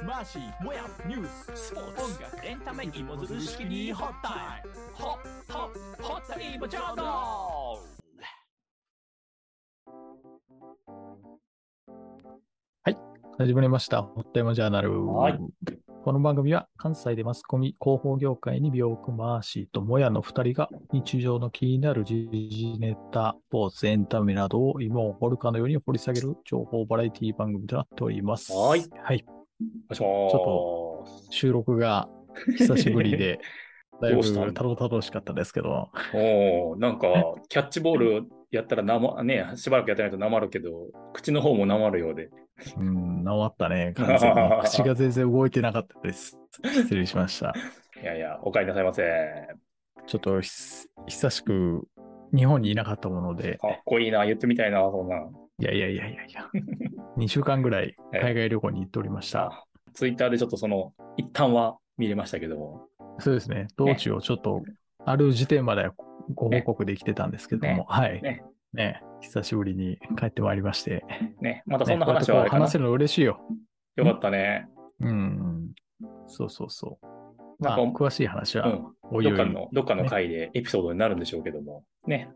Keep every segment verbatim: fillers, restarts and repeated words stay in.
マーシー、もやニュース、スポーツ、音楽、エンタメ、芋づる式にホッタイム、ホッホッホッタイムジャーナル。 はい、始まりました。ホッタイムジャーナル。 はい。 この番組は関西でマスコミ広報業界に身を置くマーシーとモヤのふたりが日常の気になる時事ネタ、スポーツ、エンタメなどを芋を掘るかのように掘り下げる情報バラエティ番組となっております。 はい。 はい。 もしちょもっと収録が久しぶりで、だいぶどうしたんたどたどしかったですけど。 おー、なんか、キャッチボールやったらなま、ね、しばらくやってないとなまるけど、口の方もなまるようで。 うん、治ったね、完全に。口が全然動いてなかったです。失礼しました。 いやいや、お帰りなさいませ。 ちょっとひ久しく日本にいなかったもので。 かっこいいな、言ってみたいな、そんな。 いやいやいやいやいや。にしゅうかんぐらい海外旅行に行っておりました。 ツイッターでちょっとその、一旦は見れましたけども。 そうですね。道中をちょっと、ある時点まではご報告できてたんですけども、 ね、 はい。 ね。 ね、久しぶりに帰ってまいりまして。 ね、またそんな話はあれかな。 ね、話せるの嬉しいよ。 よかったね。 うん。そうそうそう。まあ、 なんか詳しい話は、 うん、 おいおいどっかの、どっかの回でエピソードになるんでしょうけども。ね。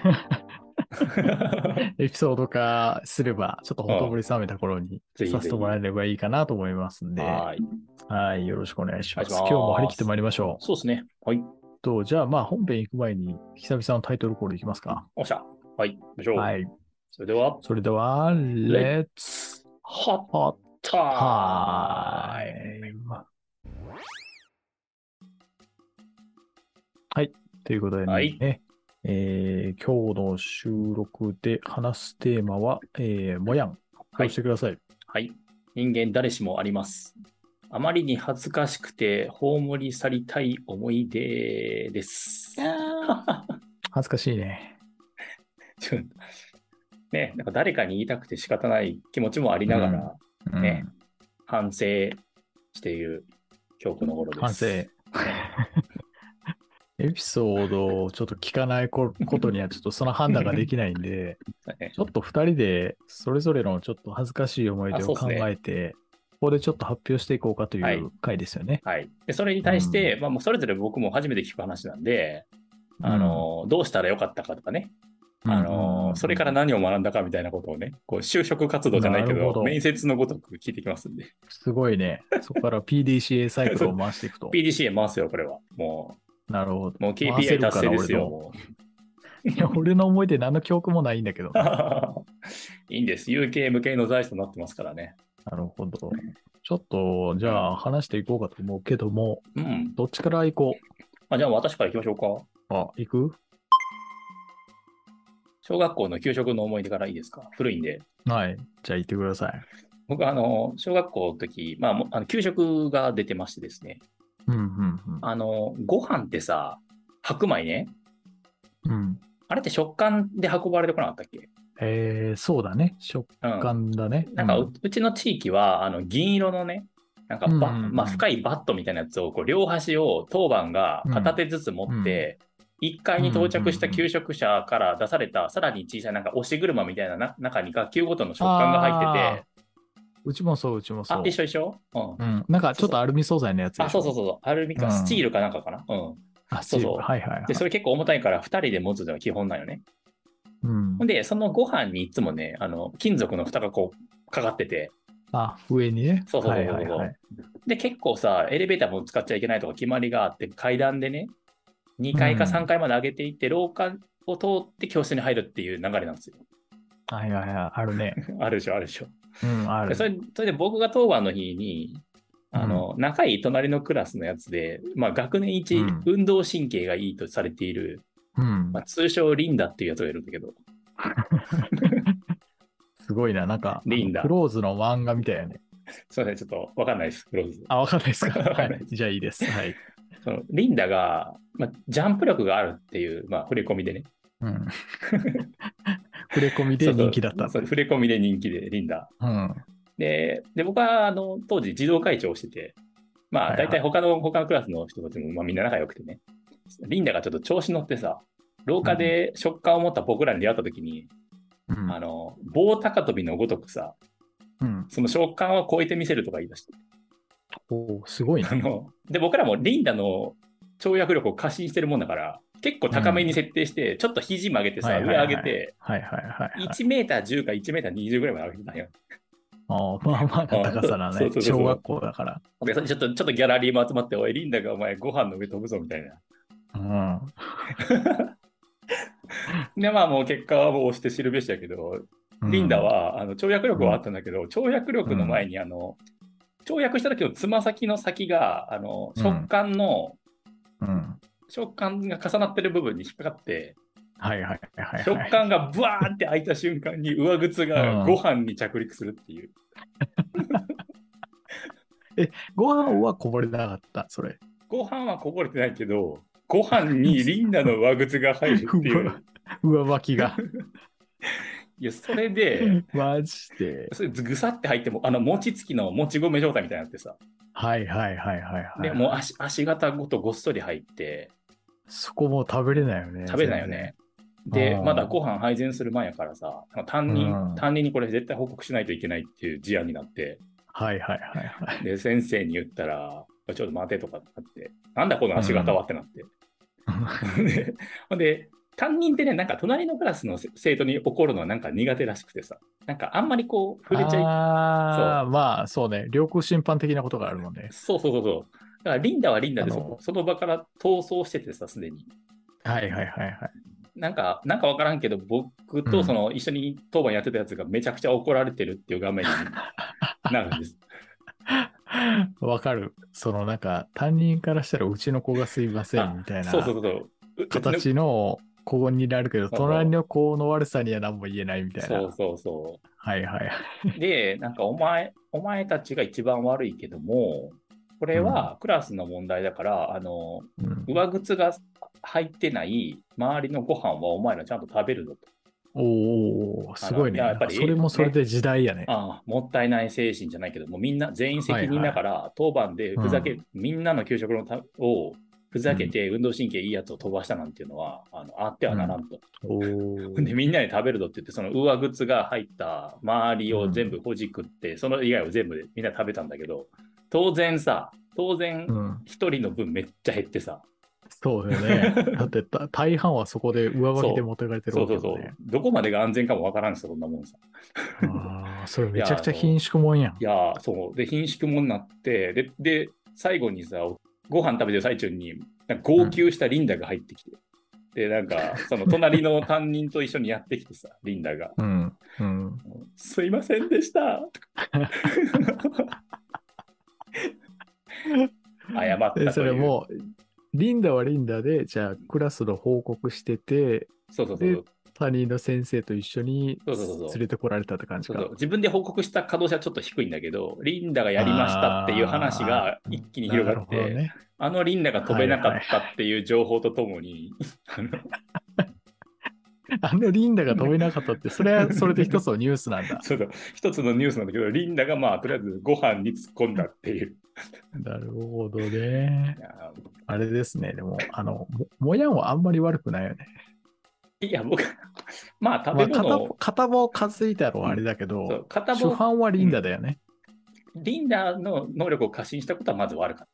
エピソード化すれば、ちょっとほとぼり冷めた頃にさせてもらえればいいかなと思いますんで、 はい。 はい、よろしくお願いします。 ます今日も張り切ってまいりましょう。そうですね。はい。 と、じゃあ、まあ、本編行く前に、久々のタイトルコールいきますか。 おっしゃ。はい。行きましょう。 はい。 それでは、 それでは、レッツホットタイム。 はい。ということでね、 はいえー、今日の収録で話すテーマは、えー、もやん、発表してください。 はい。はい。人間誰しもあります。あまりに恥ずかしくて葬り去りたい思い出です。 恥ずかしいね。 ね、なんか誰かに言いたくて仕方ない気持ちもありながら、うんね、うん、反省している今日この頃です。 反省。エピソードをちょっと聞かないことにはちょっとその判断ができないんで、ちょっとふたりでそれぞれのちょっと恥ずかしい思い出を考えて、ここでちょっと発表していこうかという回ですよね。 はい。はい、でそれに対して、うん、まあ、もうそれぞれ僕も初めて聞く話なんで、あの、うん、どうしたらよかったかとかね、あの、それから何を学んだかみたいなことをね、こう就職活動じゃないけど、ど面接のごとく聞いてきますんで。 すごいね。そこから ピーディーシーエー サイクルを回していくと。 ピーディーシーエー 回すよ、これは。もう。 なるほど。 もう ケーピーアイ 達成ですよ。もういや俺の思い出何の記憶もないんだけど。 いいんです。有形無形の財産になってますからね。 なるほど。ちょっと、じゃあ話していこうかと思うけども、 うん、 どっちから行こう。 あ、じゃあ私から行きましょうか。あ、行く？ 小学校の給食の思い出からいいですか？古いんで。 はい。じゃあ行ってください。 僕はあの、小学校の時、まあ、あの給食が出てましてですね。 うんうんうん。 あの、ご飯ってさ、白米ね。 うん。 あれって食感で運ばれてこなかったっけ？ えー、そうだね。食感だね。 うん、なんかう、うちの地域は、あの、銀色のね、なんかバ、うんうんうん、まあ、深いバットみたいなやつを、こう、両端を当番が片手ずつ持って、うん、いっかいに到着した給食車から出された、さらに小さいなんか押し車みたいなな中に学級ごとの食感が入ってて、 うちもそう、うちもそう。 あ、一緒一緒、うん、 うん。なんかちょっとアルミ素材のやつでしょ。 あ、そうそうそう。アルミか、スチールかなんかかな。うん。 あ、そうそう。はいはい、はい。 で、それ結構重たいからふたりで持つのが基本なんよね。 うん。 で、そのご飯にいつもね、あの、金属の蓋がこう、かかってて。 あ、上にね。 そうそうそうそう。 はいはいはい、 で、結構さ、エレベーターも使っちゃいけないとか決まりがあって、階段でね、にかいかさんかいまで上げていって、うん、廊下を通って教室に入るっていう流れなんですよ。 はいはいはい、あるね。 あるでしょ、あるでしょ。 うん、ある。 それ、それで僕が当番の日に、あの、うん、仲いい隣のクラスのやつで、まあ、学年一、うん、運動神経がいいとされている、うんまあ、通称リンダっていうやつがいるんだけど。 すごいな、なんか、 リンダ。 クローズの漫画みたいやね。 すいません、ちょっとわかんないです、クローズ。 あ、わかんないですか。はい。じゃあいいです。はい。 そのリンダが、まあ、ジャンプ力があるっていう、まあ、触れ込みでね。 うん。触れ込みで人気だった。 そうそうそう、触れ込みで人気で、リンダ。 うん。 で、で僕はあの当時、児童会長をしてて、まあ、大体他の、はいはい、他のクラスの人たちも、まあ、みんな仲良くてね。リンダがちょっと調子乗ってさ、廊下で食感を持った僕らに出会った時に、うん、あの棒高跳びのごとくさ、うん、その食感を超えてみせるとか言い出して。 おすごいな。 あので、僕らもリンダの跳躍力を過信してるもんだから、結構高めに設定して、うん、ちょっと肘曲げてさ、はいはいはい、上上げて、 はいはいはいはい、 いちメーターじゅうかいちメーターにじゅうぐらいまで上げてたんよ。 あまあまあな高さだね。そうそうそうそう小学校だから。 でちょっと、ちょっとギャラリーも集まって、おい、リンダがお前ご飯の上飛ぶぞみたいな。うん、で、まあもう結果はもう押して知るべしやけど、うん、リンダはあの跳躍力はあったんだけど、うん、跳躍力の前にあの、跳躍した時のつま先の先があの食感の、うんうん、食感が重なってる部分に引っかかって、 はいはいはいはい、 食感がブワーンって開いた瞬間に上靴がご飯に着陸するっていう。 うん、え、ご飯はこぼれなかったそれ。 ご飯はこぼれてないけど、ご飯にリンダの上靴が入るっていう。 上履きが。 いや、それで、 マジで。 それぐさって入っても、あの、餅つきのもち米状態みたいになってさ。 はいはいはいはい、はい。 で、もう足、足型ごとごっそり入って。 そこもう食べれないよね。 食べれないよね。で、まだご飯配膳する前やからさ、担任、担任にこれ絶対報告しないといけないっていう事案になって。 はいはいはいはい。 で、先生に言ったら、ちょっと待てとかってなって、なんだこの足型はってなって。うん、で、で担任ってね、なんか隣のクラスの生徒に怒るのはなんか苦手らしくてさ、なんかあんまりこう触れちゃい、 ああ、まあそうね、領空侵犯的なことがあるもんね。 そうそうそうそう。だからリンダはリンダで そ, その場から逃走しててさ、すでに。 はいはいはいはい。 なんか、なんかわからんけど、僕とその一緒に当番やってたやつがめちゃくちゃ怒られてるっていう画面になるんです。 わかる。そのなんか、担任からしたらうちの子がすいませんみたいなそうそうそう形の子になるけど、隣の子の悪さには何も言えないみたいな。 そうそうそう。 はいはい。 で、なんかお前、お前たちが一番悪いけども、これはクラスの問題だから、うん、あの、うん、上靴が入ってない周りのご飯はお前らちゃんと食べるぞと。 おお、すごいね。やっぱりそれもそれで時代やね。 ああ、もったいない精神じゃないけど、もうみんな全員責任だから、はいはい、当番でふざけ、うん、みんなの給食のたをふざけて運動神経いいやつを飛ばしたなんていうのは、あのあってはならんと。うん、で、みんなに食べるぞって言って、その上靴が入った周りを全部ほじくって、うん、その以外を全部でみんな食べたんだけど、当然さ、当然一人の分めっちゃ減ってさ。 そうだよね。だって大半はそこで上履きで持ってかれてるわけだ、ね、 そうそうそう。どこまでが安全かもわからんし、そんなもんさ。 ああ、それめちゃくちゃ貧縮もんやん。 いや、そう。で、貧縮もんになって、で、で最後にさ、ご飯食べてる最中に、号泣したリンダが入ってきて。うん、で、なんか、その隣の担任と一緒にやってきてさ、リンダが。 うんうん、 すいませんでした。謝ったという。 それもリンダはリンダで、じゃあクラスの報告してて、 そうそうそう。 で他人の先生と一緒に連れてこられたって感じか。 そうそうそう。自分で報告した可能性はちょっと低いんだけど、リンダがやりましたっていう話が一気に広がって、あ,、ね、あのリンダが飛べなかったっていう情報とともに、はいはい、 あのリンダが飛べなかったって、それはそれで一つのニュースなんだ。 そうそう、一つのニュースなんだけど、リンダがまあとりあえずご飯に突っ込んだっていう。 なるほどね。あれですね。でも、あの、も, もやんはあんまり悪くないよね。 いや、僕、まあ、食べ物を、 まあ、片棒担いだろうあれだけど、うん、片棒主犯はリンダだよね、 うん。リンダの能力を過信したことはまず悪かった。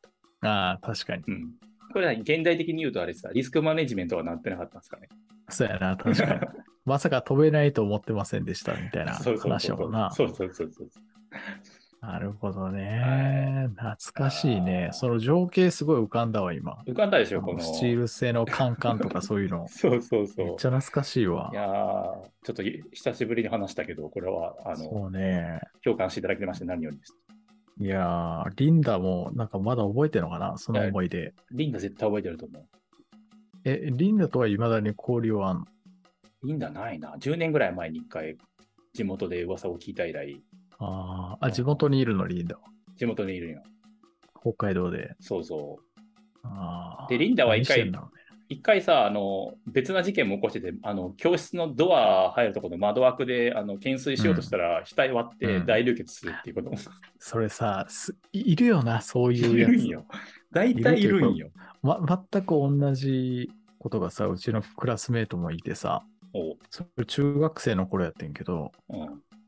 ああ、確かに。 うん、これは現代的に言うとあれさ、リスクマネジメントはなってなかったんですかね。 そうやな、確かに。まさか飛べないと思ってませんでしたみたいな話だもんな。 そうそうそうそう。 なるほどね。懐かしいね。その情景すごい浮かんだわ、今。 浮かんだでしょ、この。 スチール製のカンカンとかそういうの。 そうそうそう。 めっちゃ懐かしいわ。 いやー、ちょっと久しぶりに話したけど、これは、あの、 そうね。 共感していただけまして何よりです。 いやー、リンダもなんかまだ覚えてるのかな、その思い出。 リンダ絶対覚えてると思う。 え、リンダとは未だに交流はあんの？ リンダないな。じゅうねんぐらい前に一回、地元で噂を聞いた以来。 ああ、地元にいるの、リンダは。 地元にいるよ。 北海道で。 そうそう。 あで、リンダは一回、 ね、 一回さ、あの、別な事件も起こしてて、あの、教室のドア入るところの窓枠で、あの、懸垂しようとしたら、額割って大流血するっていうことも、うん。 それさい、いるよな、そういうやつ。 いるんよ。大体いるんよ。 ま、全く同じことがさ、うちのクラスメートもいてさ、 おそれ中学生の頃やってんけど、 うん、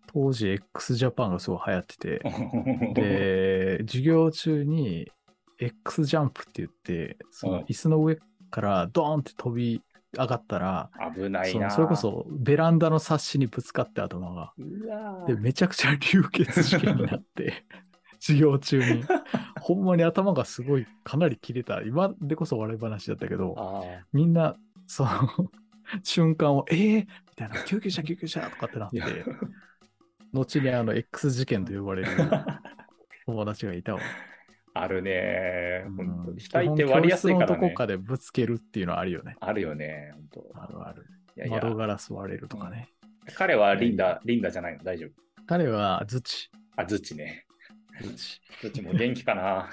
当時 X ジャパンがすごい流行ってて、で、授業中に X ジャンプって言って、その椅子の上からドーンって飛び上がったら、 危ないな。 そのそれこそベランダのサッシにぶつかって頭が。 うわで、めちゃくちゃ流血事件になって、授業中に。ほんまに頭がすごい、かなり切れた。今でこそ笑い話だったけど、 あみんな、その瞬間を、えー、みたいな、救急車、救急車とかってなって、後にあの X 事件と呼ばれる友達がいたわ。 あるね。 うん本当に額って割りやすいからね。 教室のどこかでぶつけるっていうのはあるよね。 あるよね。本当あるある。 いやいや窓ガラス割れるとかね。 彼はリンダ、 いやいやリンダじゃないの大丈夫。 彼はズチ。 あ、ズッチね。 ズチ。 ズッチも元気かな。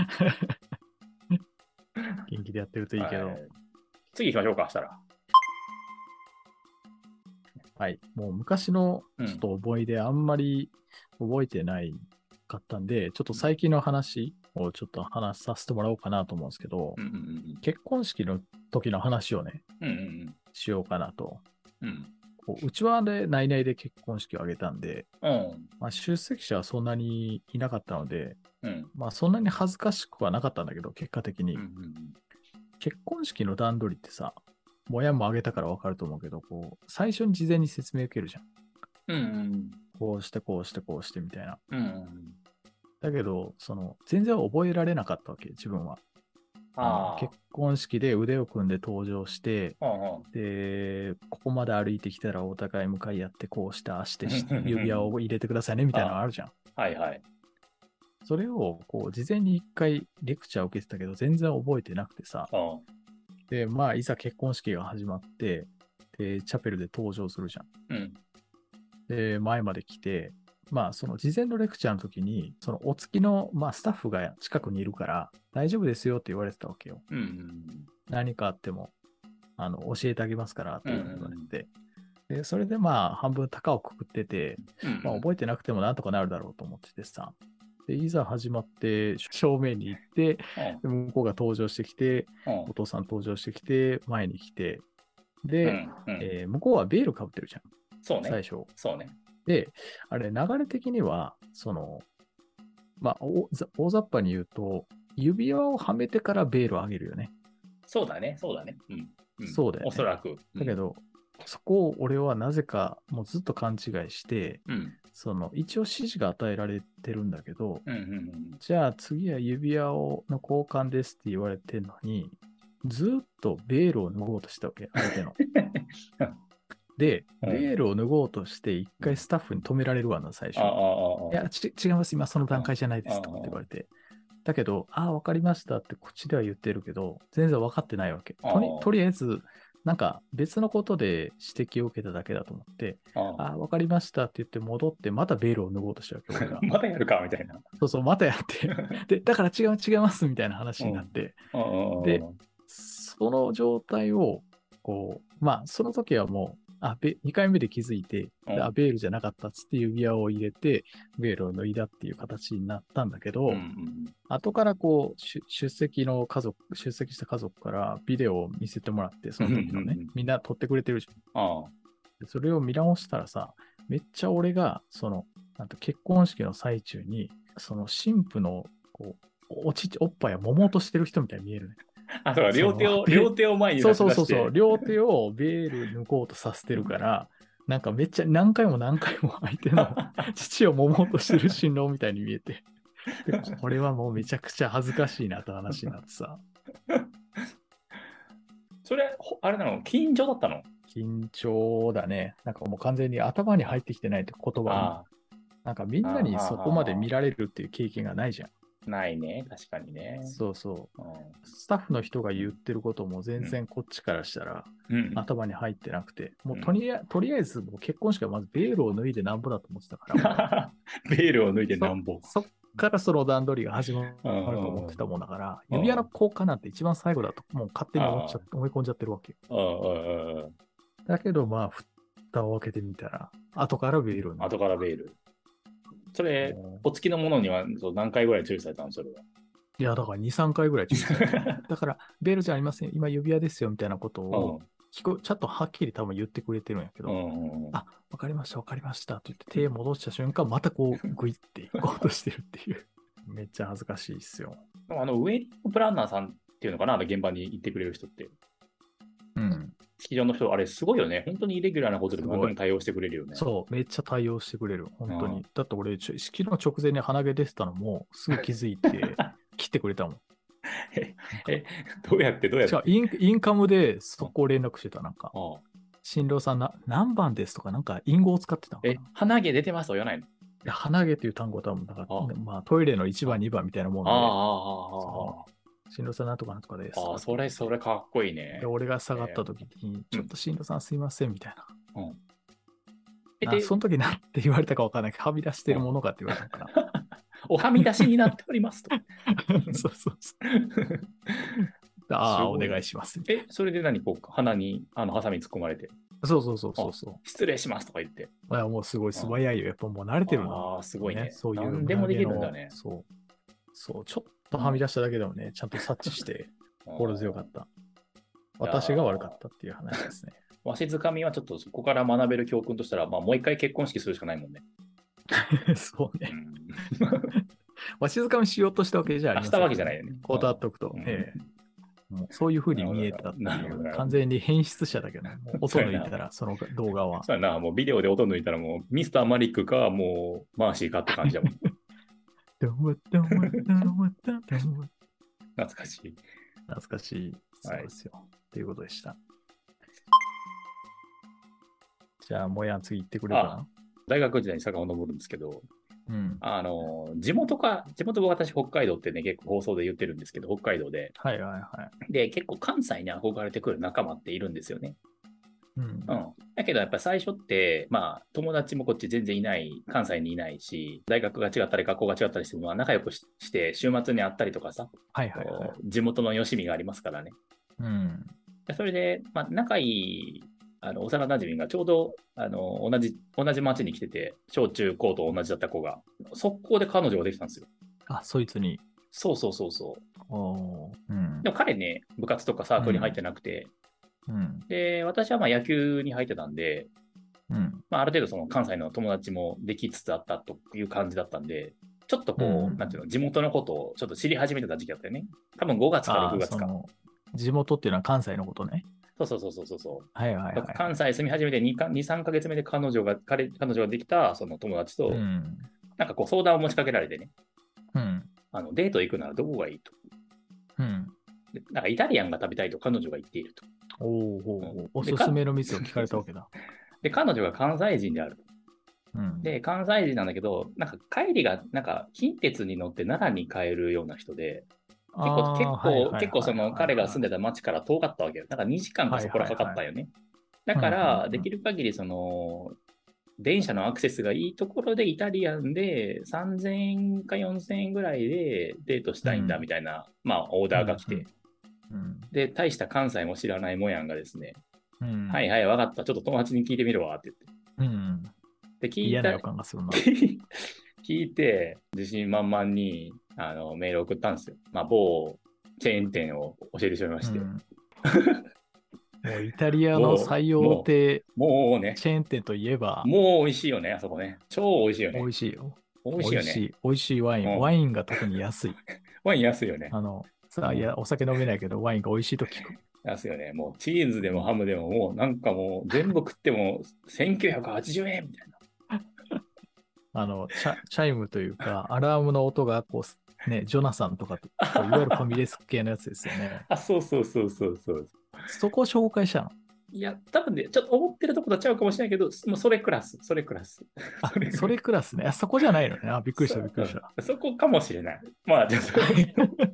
元気でやってるといいけど。 はい、次行きましょうか、したら。 はい。もう昔のちょっと思い出あんまり覚えてないかったんで、ちょっと最近の話をちょっと話させてもらおうかなと思うんですけど、 うんうんうん結婚式の時の話をね、 うんうんしようかなと。 うんこううちわで内々で結婚式を挙げたんで、 うんまあ、出席者はそんなにいなかったので、 うんまあそんなに恥ずかしくはなかったんだけど、結果的に。 うんうん結婚式の段取りってさ、もやもあげたから分かると思うけど、こう、最初に事前に説明受けるじゃん。 うんうんこうしてこうしてこうしてみたいな。 うんうんだけど、その、全然覚えられなかったわけ、自分は。あのああ結婚式で腕を組んで登場して、 うんうんで、ここまで歩いてきたらお互い向かい合って、こうして、ああしてして、指輪を入れてくださいね、みたいなのあるじゃん。 はいはい。 それを、こう、事前に一回レクチャーを受けてたけど、全然覚えてなくてさ。 うんで、まあ、いざ結婚式が始まって、で、チャペルで登場するじゃん。 うんで、前まで来て、まあ、その事前のレクチャーの時に、そのお付きの、まあ、スタッフが近くにいるから、大丈夫ですよって言われてたわけよ。 うんうん何かあっても、あの、教えてあげますからっていうふうに言われて。で、それでまあ、半分高をくくってて、 うんまあ、覚えてなくてもなんとかなるだろうと思っててさ。で、いざ始まって、正面に行って、で向こうが登場してきて、 うんお父さん登場してきて、前に来て、 うで、 んうんえー向こうはベールかぶってるじゃん、 そうね。 最初。 そうね。 で、あれ、流れ的には、その、まあ、おざ大雑把に言うと、指輪をはめてからベールを上げるよね。 そうだね。そうだね。うんんそうだよねおそらく。 だけど、そこを俺はなぜかもうずっと勘違いして、 うん、うんその、一応指示が与えられてるんだけど、 うんうんじゃあ次は指輪をの交換ですって言われてるのに、ずっとベールを脱ごうとしたわけ、相手の。で、 うんベールを脱ごうとして、一回スタッフに止められるわな、最初ああに。 ああいやち、違います、今その段階じゃないですとかって言われて。だけど、ああ、わかりましたってこっちでは言ってるけど、全然分かってないわけ。とにあーとりあえず、なんか別のことで指摘を受けただけだと思って、 ああああ、わかりましたって言って戻って、またベールを脱ごうとしたわけ、俺が。 まだやるかみたいな。 そうそう、またやって。で、だから違う、違いますみたいな話になって。でその状態を、こう、まあ、その時はもう、あ、ベにかいめで気づいて、 うんあ、ベールじゃなかったっつって指輪を入れて、ベールを脱いだっていう形になったんだけど、 うんうん後からこう、出出席の家族、出席した家族からビデオを見せてもらって、その時のね、 うんうんうんみんな撮ってくれてるじゃん。 ああでそれを見直したらさ、めっちゃ俺が、その、なんと結婚式の最中に、その新婦の、こう、おちおっぱいを揉もうとしてる人みたいに見えるね。 あ、そうか、両手を、 その両手を前にそう出してそうそうそう、両手をベール脱ごうとさせてるから、なんかめっちゃ何回も何回も相手の父を揉もうとしてる新郎みたいに見えて、でこれはもうめちゃくちゃ恥ずかしいなって話になってさ。 それ、ほあれなの緊張だったの緊張だね。なんかもう完全に頭に入ってきてないって言葉あが、なんかみんなにそこまで見られるっていう経験がないじゃん。 あ、ないね。確かにね。 そうそう。 うスタッフの人が言ってることも全然こっちからしたらん。うん、 頭に入ってなくて、もうとりあえとりあえずもう結婚式はまずベールを脱いでなんぼだと思ってたから、 ベールを脱いでなんぼ。 そっからその段取りが始まると思ってたもんだから、指輪の交換なんて一番最後だともう勝手に思っちゃ思い込んじゃってるわけよ。 うんうんうん。 だけどまあ、蓋を開けてみたら、後からベールを脱い後からベール。それ、お付きのものにはそう何回ぐらい注意されたのそれは。 いや、だからに、さんかいぐらい注意されてだから、ベールじゃありません、今指輪ですよみたいなことを聞こちゃんとはっきり多分言ってくれてるんやけど、 うんうん、 あ、わかりました、わかりましたって言って手戻した瞬間、またこう、グイって行こうとしてるっていう。めっちゃ恥ずかしいっすよ。 あの、ウェディングプランナーさんっていうのかな、あの現場に行ってくれる人って。 うん。 式場の人、あれすごいよね。本当にイレギュラーなことでも何でも対応してくれるよね。 そう、めっちゃ対応してくれる。本当に。 うん、 だって俺、式の直前に鼻毛出てたのも、すぐ気づいて、切ってくれたもん。 え、えどうやってどうやってインインカムでそこを連絡してた。なんか、 ああ新郎さんな何番ですとか、なんか隠語を使ってたのかな。 え、鼻毛出てますと言わないの？ いや鼻毛っていう単語は多分なんか、まあ、トイレのいちばん、にばんみたいなもんで、 ああ、ああ、ああ。 新郎さんなんとかなんとかです。 ああ、それ、それかっこいいね。 で、俺が下がった時に、ちょっと新郎さんすいませんみたいな。 うん。 え、で、その時なんて言われたか分からないけど、はみ出してるものかって言われたから。 おはみ出しになっておりますと。 そうそうそう。ああ、お願いします。 え、それで何こう、鼻にあのハサミ突っ込まれて。 そうそうそうそうそう。 失礼しますとか言って。 いや、もうすごい素早いよ。やっぱもう慣れてるな。 ああ、すごいね。 そういう。 何でもできるんだね。 そう。そう、ちょっとはみ出しただけでもね、ちゃんと察知して、心強かった。私が悪かったっていう話ですね。 わしづかみはちょっとそこから学べる教訓としたら、まあ、もう一回結婚式するしかないもんね。 そうね。わしづかみしようとしたわけじゃありません。 したわけじゃないよね。 断っとくと。ええ。もうそういうふうに見えたっていう、完全に変質者だけど、もう音抜いたら、その動画は。 そうやな、もうビデオで音抜いたら、もうミスターマリックか、もうマーシーかって感じだもん。懐かしい。 懐かしい。そうですよ。ということでした。じゃあ、もやん次行ってくれるかな。 大学時代に遡るんですけど、 うん、 あの地元か、地元は私、北海道ってね、結構放送で言ってるんですけど、北海道で。 はいはいはい。 で、結構関西に憧れてくる仲間っているんですよね。 うん。 うん。だけど、やっぱり最初って、まあ、友達もこっち全然いない、関西にいないし、大学が違ったり、学校が違ったりしても、仲良くして、週末に会ったりとかさ、 はいはいはい、 地元のよしみがありますからね。 うん。 それで、まあ、仲いい、あの幼なじみがちょうどあの同じ同じ町に来てて、小中高と同じだった子が、速攻で彼女ができたんですよ。 あ、そいつに。 そうそうそうそう。 おうん、 でも彼ね、部活とかサークルに入ってなくて、 うん、 で、私はまあ野球に入ってたんで、 うんまあ、ある程度その関西の友達もできつつあったという感じだったんで、ちょっとこう、うん、なんていうの、地元のことをちょっと知り始めてた時期だったよね。多分ごがつかろくがつか。 地元っていうのは関西のことね。 そうそうそうそうそう。 はいはいはい。 関西住み始めて 2, にさんかげつめで彼女が彼彼女ができたその友達と、うん、なんかこう相談を持ちかけられてね、 うん、 あのデート行くならどこがいいと、 うん、 でなんかイタリアンが食べたいと彼女が言っていると。 おお、おすすめの店を聞かれたわけだ。 で、彼女が関西人であると。 うん、 で、関西人なんだけど、なんか帰りがなんか近鉄に乗って奈良に帰るような人で、結構、結構、結構その彼が住んでた町から遠かったわけよ。だからにじかんかそこらかかったよね。だから、できる限りその、電車のアクセスがいいところでイタリアンでさんぜんえんかよんせんえんぐらいでデートしたいんだみたいな、うん、まあオーダーが来て、うんうん、で、大した関西も知らないもやんがですね、うん、はいはい、わかった、ちょっと友達に聞いてみるわって言って。うん、で、聞いた。 嫌な予感がするな。 聞いて、自信満々にあのメール送ったんですよ。まあ、某チェーン店を教えてしまいまして。うん、 もうイタリアの最大手もうね、 チェーン店といえば、 もう美味しいよね、あそこね。超美味しいよね。 美味しいよ。 美味しいよね。 美味しい、美味しいワイン、うん。ワインが特に安い。 ワイン安いよね。 あの、さあ、いや、お酒飲めないけど、ワインが美味しいと聞く。 安いよね。もうチーズでもハムでも、もうなんかもう全部食ってもせんきゅうひゃくはちじゅうえんみたいな。 あのチャ、チャイムというか、アラームの音がこう、ね、ジョナサンとかと、いわゆるファミレス系のやつですよね。 あ、そうそうそうそうそう。 そこを紹介したの？ いや、多分ね、ちょっと思ってるところとちゃうかもしれないけど、もうそれクラス、それクラス。 あ、それクラスね。あそこじゃないのね。あ、びっくりした、びっくりした。 そこかもしれない。まあ、じゃあそれ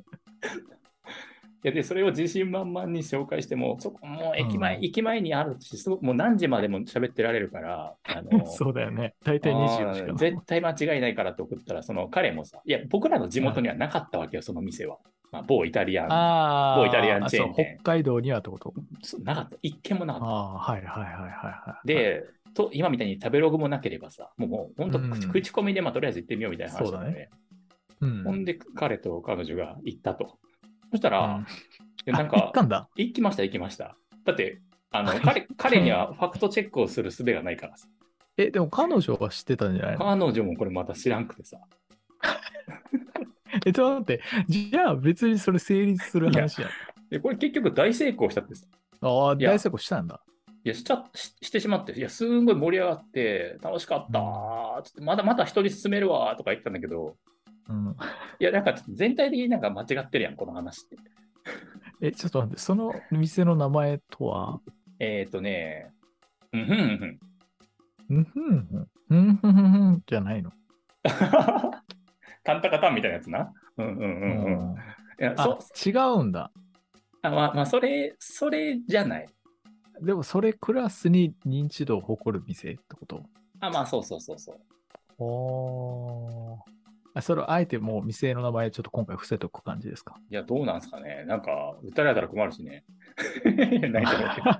いやでそれを自信満々に紹介しても、そこもう駅前、うん、駅前にあるし、すごくもう何時までも喋ってられるから、あのそうだよね。大体にじよじかん。 絶対間違いないからって送ったら、その彼もさ、いや、僕らの地元にはなかったわけよ、その店は。まあ、某イタリアン、某イタリアンチェーン店。 北海道にはってこと？ なかった。一軒もなかった。 あはいはいはいはいはい。 で、と今みたいに食べログもなければさ、もうもう本当、うん、口コミで、まあ、とりあえず行ってみようみたいな話だったね。うん、ほんで、彼と彼女が行ったと。そしたら、うん、でなんか行ったんだ。 行きました、行きました。だって、 あの彼彼にはファクトチェックをする術がないからさ。 え、でも彼女は知ってたんじゃないの？ 彼女もこれまた知らんくてさ。 え、ちょっと待って、じゃあ別にそれ成立する話やん。 でこれ結局大成功したってさ。 ああ、 いや大成功したんだ。 いやしちゃし、してしまって、いや、すんごい盛り上がって、楽しかったーつって、まだまた人に勧めるわーとか言ってたんだけど、 うん。 いや、なんか全体的になんか間違ってるやん、この話って。 え、ちょっと待って、その店の名前とは？ えっ、ー、とね、うんふんふん。 うんふんふん。うんふんふんふんじゃないの？ カンタカタンみたいなやつな。うんうんうんうん。 うんいや、 あ、 そ違うんだ。 あまあ、まあ、それ、それじゃない。 でもそれクラスに認知度を誇る店ってこと？ あ、まあ、そうそうそうそう。 おー。あ、それをあえてもう店の名前ちょっと今回伏せとく感じですか？ いや、どうなんすかね。なんか、打たれたら困るしね。いやないと思うけど。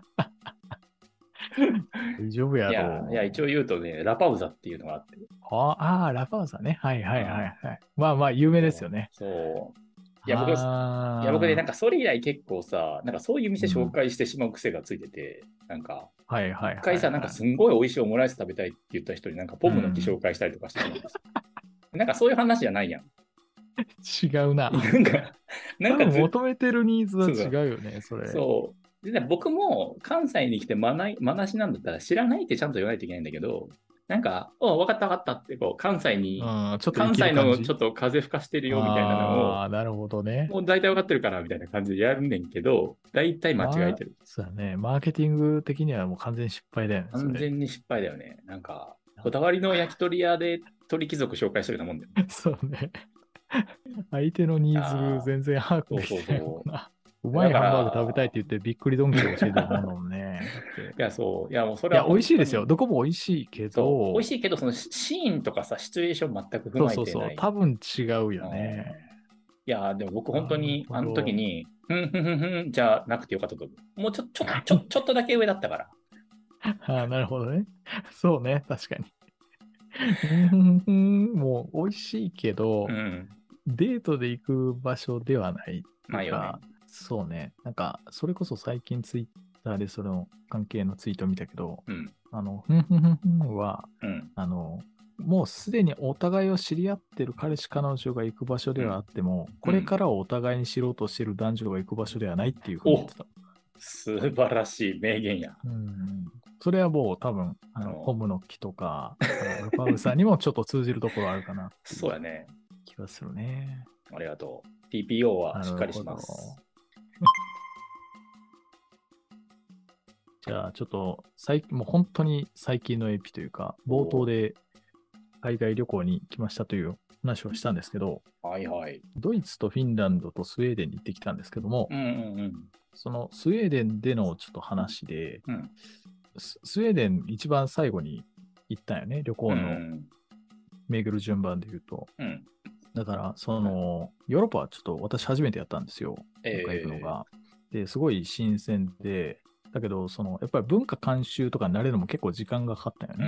大丈夫やいや、 ろう。 いや、一応言うとね、ラパウザっていうのがあって。 ああー、ラパウザね。はいはいはいはい。まあまあ、有名ですよね。 そう。いや、僕、いあーや、僕ね、なんかそれ以来結構さ、なんかそういう店紹介してしまう癖がついてて、なんか、 はいはいはいはい。 一回さ、なんかすんごい美味しいオムライス食べたいって言った人になんかポムの木紹介したりとかしてるんですよ。なんかそういう話じゃないやん。 違うな。 なんか、なんかず多分求めてるニーズは違うよね、それ。 そう。でね僕も関西に来てまない、まなしなんだったら知らないってちゃんと言わないといけないんだけど、なんか、お分かった分かったってこう関西に、 うん、ちょっと関西生きる感じのちょっと風吹かしてるよみたいなのを、 ああ、なるほどね。 もう大体分かってるからみたいな感じでやるねんけど、大体間違えてる。 まあそうだね。マーケティング的にはもう完全に失敗だよね。それ完全に失敗だよね。なんか、こだわりの焼き鳥屋で鳥貴族紹介してるようなもんだよね。 そうね。相手のニーズ全然把握できてないもんな。うまいハンバーグ食べたいって言ってびっくりドンキー教えてるもんだもんね。だっていや、そう。いや、もうそいや、 れは。 美味しいですよ。どこも美味しいけそう。 ど。 美味しいけど、そのシーンとかさ、シチュエーション全く踏まえてない。 そうそうそう。多分違うよね。 いや、でも僕本当に、あの時に、ふんふんふんふんじゃなくてよかったと思う。もうちょ、ちょ、ちょ、ちょっとだけ上だったから。 ああ、なるほどね。そうね。確かに。うんふんもう美味しいけど、 うん、 デートで行く場所ではない。 まあよね。 そうね。なんか、それこそ最近ツイッターでその関係のツイート見たけど、 うん、 あの、ふんふんふんふんは、 うん、 あの、もうすでにお互いを知り合ってる彼氏彼女が行く場所ではあっても、うん、これからをお互いに知ろうとしてる男女が行く場所ではないっていうふうに言ってた。 素晴らしい名言や。 うん、それはもう多分、あの、ホムの木とか、ルパウさんにもちょっと通じるところあるかな。 そうやね。 気がするね。 ありがとう。ティーピーオー はしっかりします。 じゃあ、ちょっと最近、もう本当に最近のエピというか、冒頭で海外旅行に来ましたという話をしたんですけど、 はいはい。 ドイツとフィンランドとスウェーデンに行ってきたんですけども、 うんうんうん、 そのスウェーデンでのちょっと話で、 うん、 スウェーデン一番最後に行ったよね、旅行の巡る順番で言うと。 うん、 だから、その、ヨーロッパはちょっと私初めてやったんですよ、今回行くのが。えー、で、すごい新鮮で、だけど、その、やっぱり文化監修とかになれるのも結構時間がかかったよね。 うん、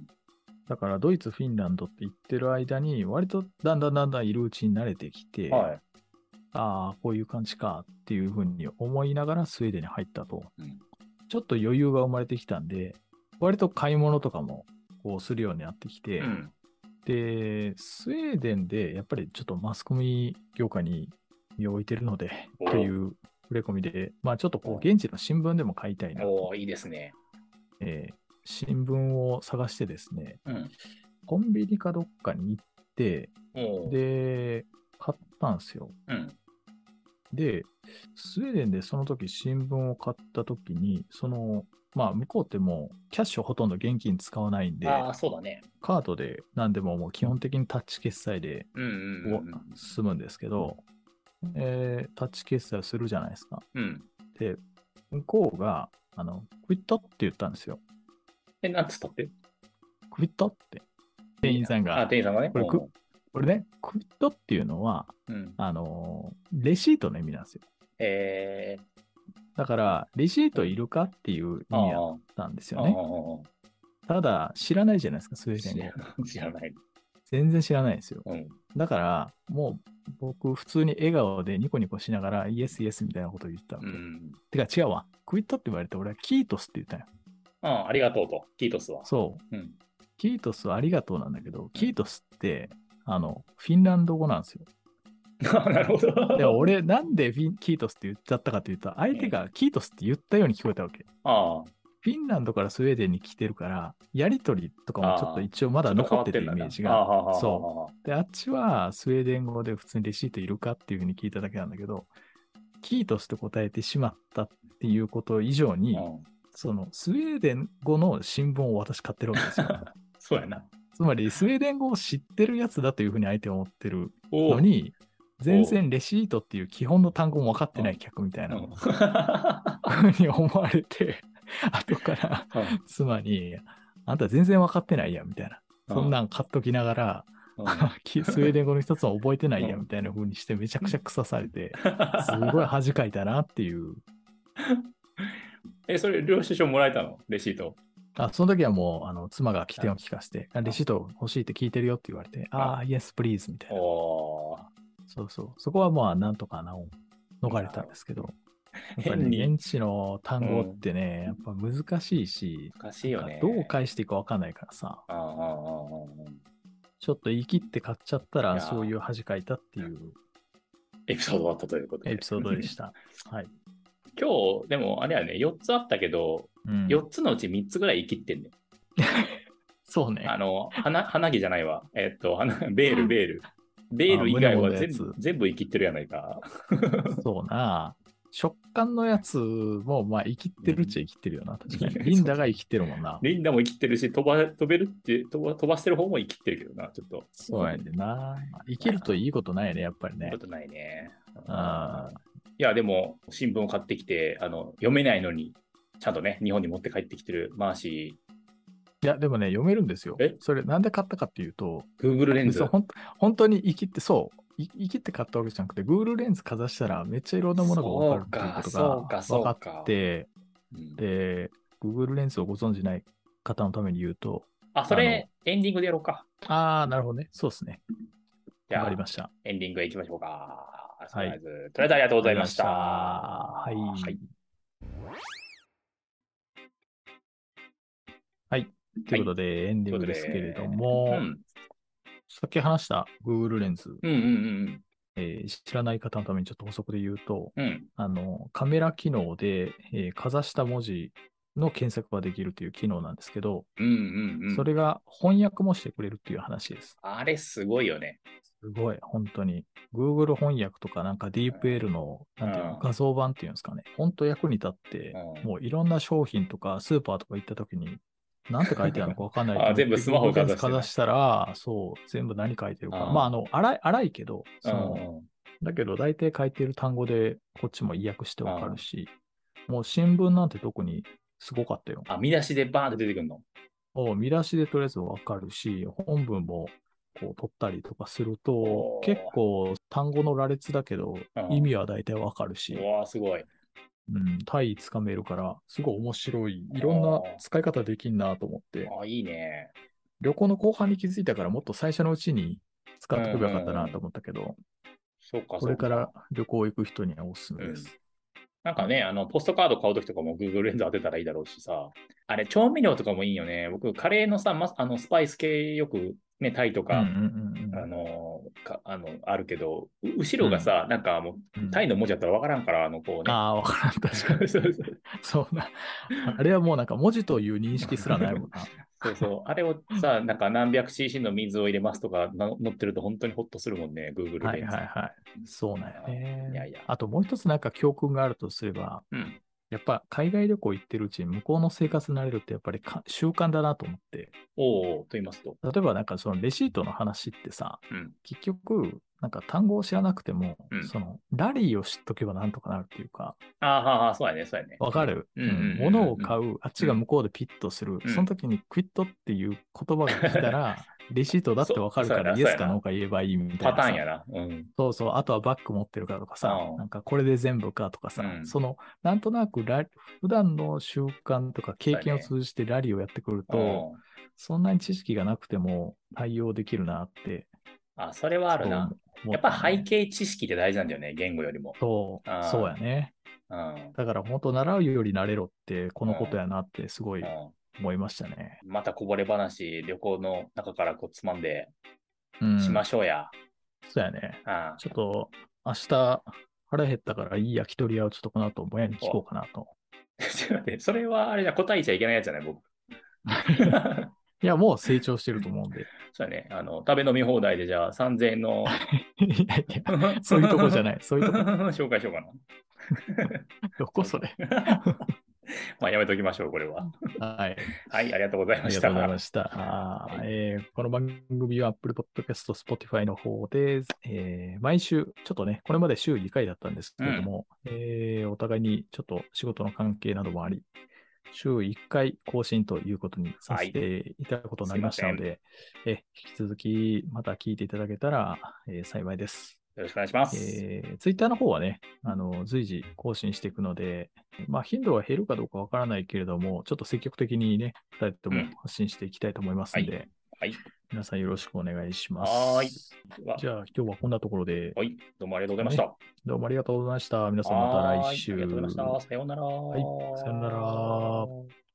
だから、ドイツ、フィンランドって行ってる間に、割とだんだんだんだんいるうちに慣れてきて、 はい、 ああ、こういう感じかっていうふうに思いながらスウェーデンに入ったと。 うん、 ちょっと余裕が生まれてきたんで、割と買い物とかもこうするようになってきて、うん、で、スウェーデンでやっぱりちょっとマスコミ業界に身を置いてるので、という触れ込みで、まあちょっとこう現地の新聞でも買いたいなと。 おー、いいですね。 えー、新聞を探してですね、 うん、 コンビニかどっかに行って、で、買ったんですよ。 うん、 で、スウェーデンでその時新聞を買った時に、その、まあ向こうってもうキャッシュほとんど現金使わないんで、 ああ、そうだね。 カードで何でももう基本的にタッチ決済で済むんですけど、えー、タッチ決済をするじゃないですか。 うん、 で、向こうが、あの、クイットって言ったんですよ。 え、なんつったってクイットって。店員さんが。 あ、店員さんがね。 これ、これね、クイットっていうのは、うん、あの、レシートの意味なんですよ。 えー、 だから、レシートいるかっていう意味だったんですよね。ただ、知らないじゃないですか、スウェーデン語。 知らない。 全然知らないですよ。 うん、 だから、もう僕、普通に笑顔でニコニコしながら、イエスイエスみたいなことを言ったわけ。 うん。 てか違うわ。クイットって言われて、俺はキートスって言ったよ。 うん、ありがとうと、キートスは。 そう。 うん。 キートスはありがとうなんだけど、キートスって、あの、フィンランド語なんですよ。 なるほど。 で、俺、なんでフィンキートスって言っちゃったかというと、相手がキートスって言ったように聞こえたわけ。 ああ。 フィンランドからスウェーデンに来てるから、やりとりとかもちょっと一応まだ残ってるイメージが。そう。で、あっちはスウェーデン語で普通にレシートいるかっていうふうに聞いただけなんだけど、キートスと答えてしまったっていうこと以上に、うん、そのスウェーデン語の新聞を私買ってるわけですよ。 そうやな。 つまりスウェーデン語を知ってるやつだというふうに相手は思ってるのに、全然レシートっていう基本の単語も分かってない客みたいなふうに思われて、後から妻に、あんた全然分かってないやみたいな。そんなん買っときながら、スウェーデン語の一つは覚えてないやみたいな風にしてめちゃくちゃ腐されて、すごい恥かいたなっていう。 え、それ領収書もらえたのレシート。 あ、その時はもう、あの、妻が起点を聞かせて、レシート欲しいって聞いてるよって言われて、ああ、イエス、プリーズみたいな。そうそう。そこはまあ、なんとかなお逃れたんですけど。やっぱりね、現地の単語ってね、やっぱ難しいし、 難しいよね。 どう返していいか分かんないからさ。ちょっと言い切って買っちゃったら、そういう恥かいたっていうエピソードだったということで。 エピソードでした。はい。 今日、でもあれはね、よっつあったけど、うん、よっつのうちみっつぐらい生きってんねん。 そうね。 あの、花、花木じゃないわ。えっと、ベール、ベール。ベール以外は全部、全部生きってるやないか。 そうな。食感のやつも、まあ、生きってるっちゃ生きってるよな。確かに。リンダが生きってるもんな。 リンダも生きってるし、飛ば、飛べるって飛ば、飛ばしてる方も生きってるけどな、ちょっと。 そうやねんな。生きるといいことないね、やっぱりね。 いいことないね。あいや、でも、新聞を買ってきて、あの、読めないのに、ちゃんとね、日本に持って帰ってきてるマーシー。 いや、でもね、読めるんですよ。えそれ、なんで買ったかっていうと、 Google レンズ。 ほん本当に生きって、そう、生きって買ったわけじゃなくて、Google レンズかざしたらめっちゃいろんなものが分かるっていうことが分かって、で、Google レンズをご存じない方のために言うと、 あ、それ、エンディングでやろうか。 ああ、なるほどね。そうですね。 じゃあ、 わかりました。 エンディングへ行きましょうか。 はい。 とりあえず、とりあえずありがとうございました。 はい。はい。はいということで、はい、エンディングですけれども、うん、さっき話した Google レンズ、 うんうんうんえー、知らない方のためにちょっと補足で言うと、 うん、 あのカメラ機能で、えー、かざした文字の検索ができるという機能なんですけど、 うんうんうん、 それが翻訳もしてくれるっていう話です。 あれすごいよね。 すごい、本当に。Google 翻訳とかなんか DeepL の、うん、なんていうの、画像版っていうんですかね。本当役に立って、うん、もういろんな商品とかスーパーとか行った時に、なんて書いてあるのか分かんないけど、 あ全部スマホをかざして、 かざしたら、そう、全部何書いてるか。まあ、あの、荒い、荒いけど、その、だけど大体書いてる単語でこっちも意訳して分かるし、もう新聞なんて特にすごかったよ。 あ、見出しでバーンと出てくるの？ お見出しでとりあえず分かるし、本文もこう取ったりとかすると、結構単語の羅列だけど、意味は大体分かるし。 うわー、すごい。 うん、単位つかめるから、すごい面白い。いろんな使い方できんなと思って。 ああ、いいね。 旅行の後半に気づいたから、もっと最初のうちに使っておけばよかったなと思ったけど、 そうか、 これから旅行行く人にはおすすめです。うん、 なんかね、あの、ポストカード買うときとかも Google レンズ当てたらいいだろうしさ。あれ、調味料とかもいいよね。僕、カレーのさ、ま、あのスパイス系よく、ね、タイとか、あの、かあのあるけど、後ろがさ、うん、なんかもう、タイの文字だったら分からんから、あの、こうね。 ああ、分からん、確かに。そうそうな。あれはもうなんか文字という認識すらないもんな。 そうそう。あれをさ、なんか何百 シーシー の水を入れますとか載ってると本当にホッとするもんね、Google レンズ。 はいはいはい。そうなんよね。 いやいや。 あともう一つなんか教訓があるとすれば、 うん、 やっぱ海外旅行行ってるうちに向こうの生活になれるってやっぱりか習慣だなと思って。 おお、と言いますと。 例えばなんかそのレシートの話ってさ、 うん、 結局なんか単語を知らなくても、 うん、 そのラリーを知っとけばなんとかなるっていうか。 ああ、はあ、そうやね、そうやね。 わかる。物を買う、あっちが向こうでピッとする。うん、その時にクイットっていう言葉が来たら、レシートだってわかるから、イエスかノーか言えばいいみたいな。 パターンやな。うん、 そうそう。あとはバッグ持ってるかとかさ、なんかこれで全部かとかさ、うん、その、なんとなくラ普段の習慣とか経験を通じてラリーをやってくると、そんなに知識がなくても対応できるなってあ、それはあるな。やっぱ背景知識って大事なんだよね、言語よりも。 そう、そうやね。 うん、 だから本当習うより慣れろってこのことやなってすごい思いましたね。 うん、またこぼれ話、旅行の中からこうつまんでしましょうや。 うん、そうやね。 うん、 ちょっと明日腹減ったからいい焼き鳥屋をちょっとこの後親に聞こうかなと。 ちょっと待って、それはあれじゃ答えちゃいけないやつじゃない、僕。 いや、もう成長してると思うんで。 そうやね。あの、食べ飲み放題でじゃあさんぜんえんの。 いやいや、そういうとこじゃない。そういうとこ。 紹介しようかな。 どこそれ。 まあやめときましょう、これは。 はい。 はい、ありがとうございました。 ありがとうございました。はいえー、この番組は Apple Podcast、Spotify の方で、えー、毎週、ちょっとね、これまで週にかいだったんですけれども、うんえー、お互いにちょっと仕事の関係などもあり、週いっかい更新ということにさせていただくことになりましたので、はい、え引き続きまた聞いていただけたら、えー、幸いです。 よろしくお願いします。 えー、ツイッターの方はね、あの随時更新していくので、まあ、頻度は減るかどうかわからないけれども、ちょっと積極的にね、ふたりとも発信していきたいと思いますので、うんはいはい、皆さんよろしくお願いします。はいじゃあ、今日はこんなところで。 はい、どうもありがとうございました。 ね、どうもありがとうございました。皆さんまた来週。 ありがとうございました。さようなら。 はい、さようなら。